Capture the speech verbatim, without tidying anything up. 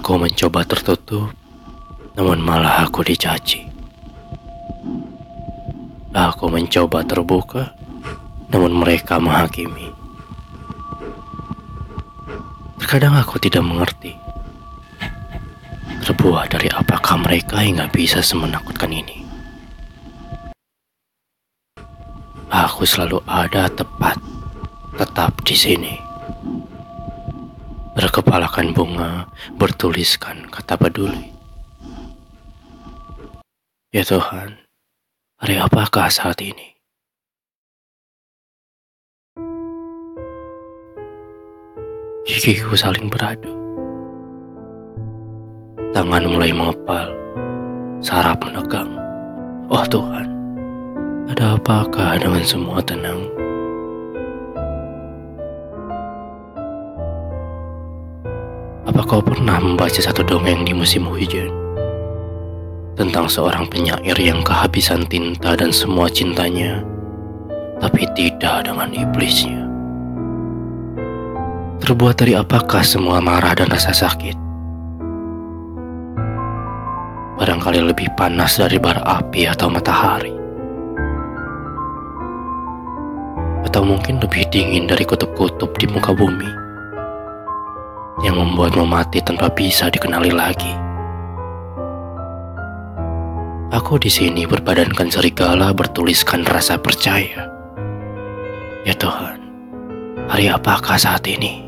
Aku mencoba tertutup, namun malah aku dicaci. Aku mencoba terbuka, namun mereka menghakimi. Terkadang aku tidak mengerti, terbuat dari apakah mereka hingga bisa semenakutkan ini. Aku selalu ada tepat, tetap di sini. Berkepalakan bunga, bertuliskan kata peduli. Ya Tuhan, hari apakah saat ini? Gigiku saling beradu. Tangan mulai mengepal, saraf menegang. Oh Tuhan, ada apakah dengan semua tenang? Apa kau pernah membaca satu dongeng di musim hujan? Tentang seorang penyair yang kehabisan tinta dan semua cintanya, tapi tidak dengan iblisnya. Terbuat dari apakah semua marah dan rasa sakit? Barangkali lebih panas dari bara api atau matahari. Atau mungkin lebih dingin dari kutub-kutub di muka bumi yang membuatmu mati tanpa bisa dikenali lagi. Aku di sini berbadankan serigala, bertuliskan rasa percaya. Ya Tuhan, hari apakah saat ini?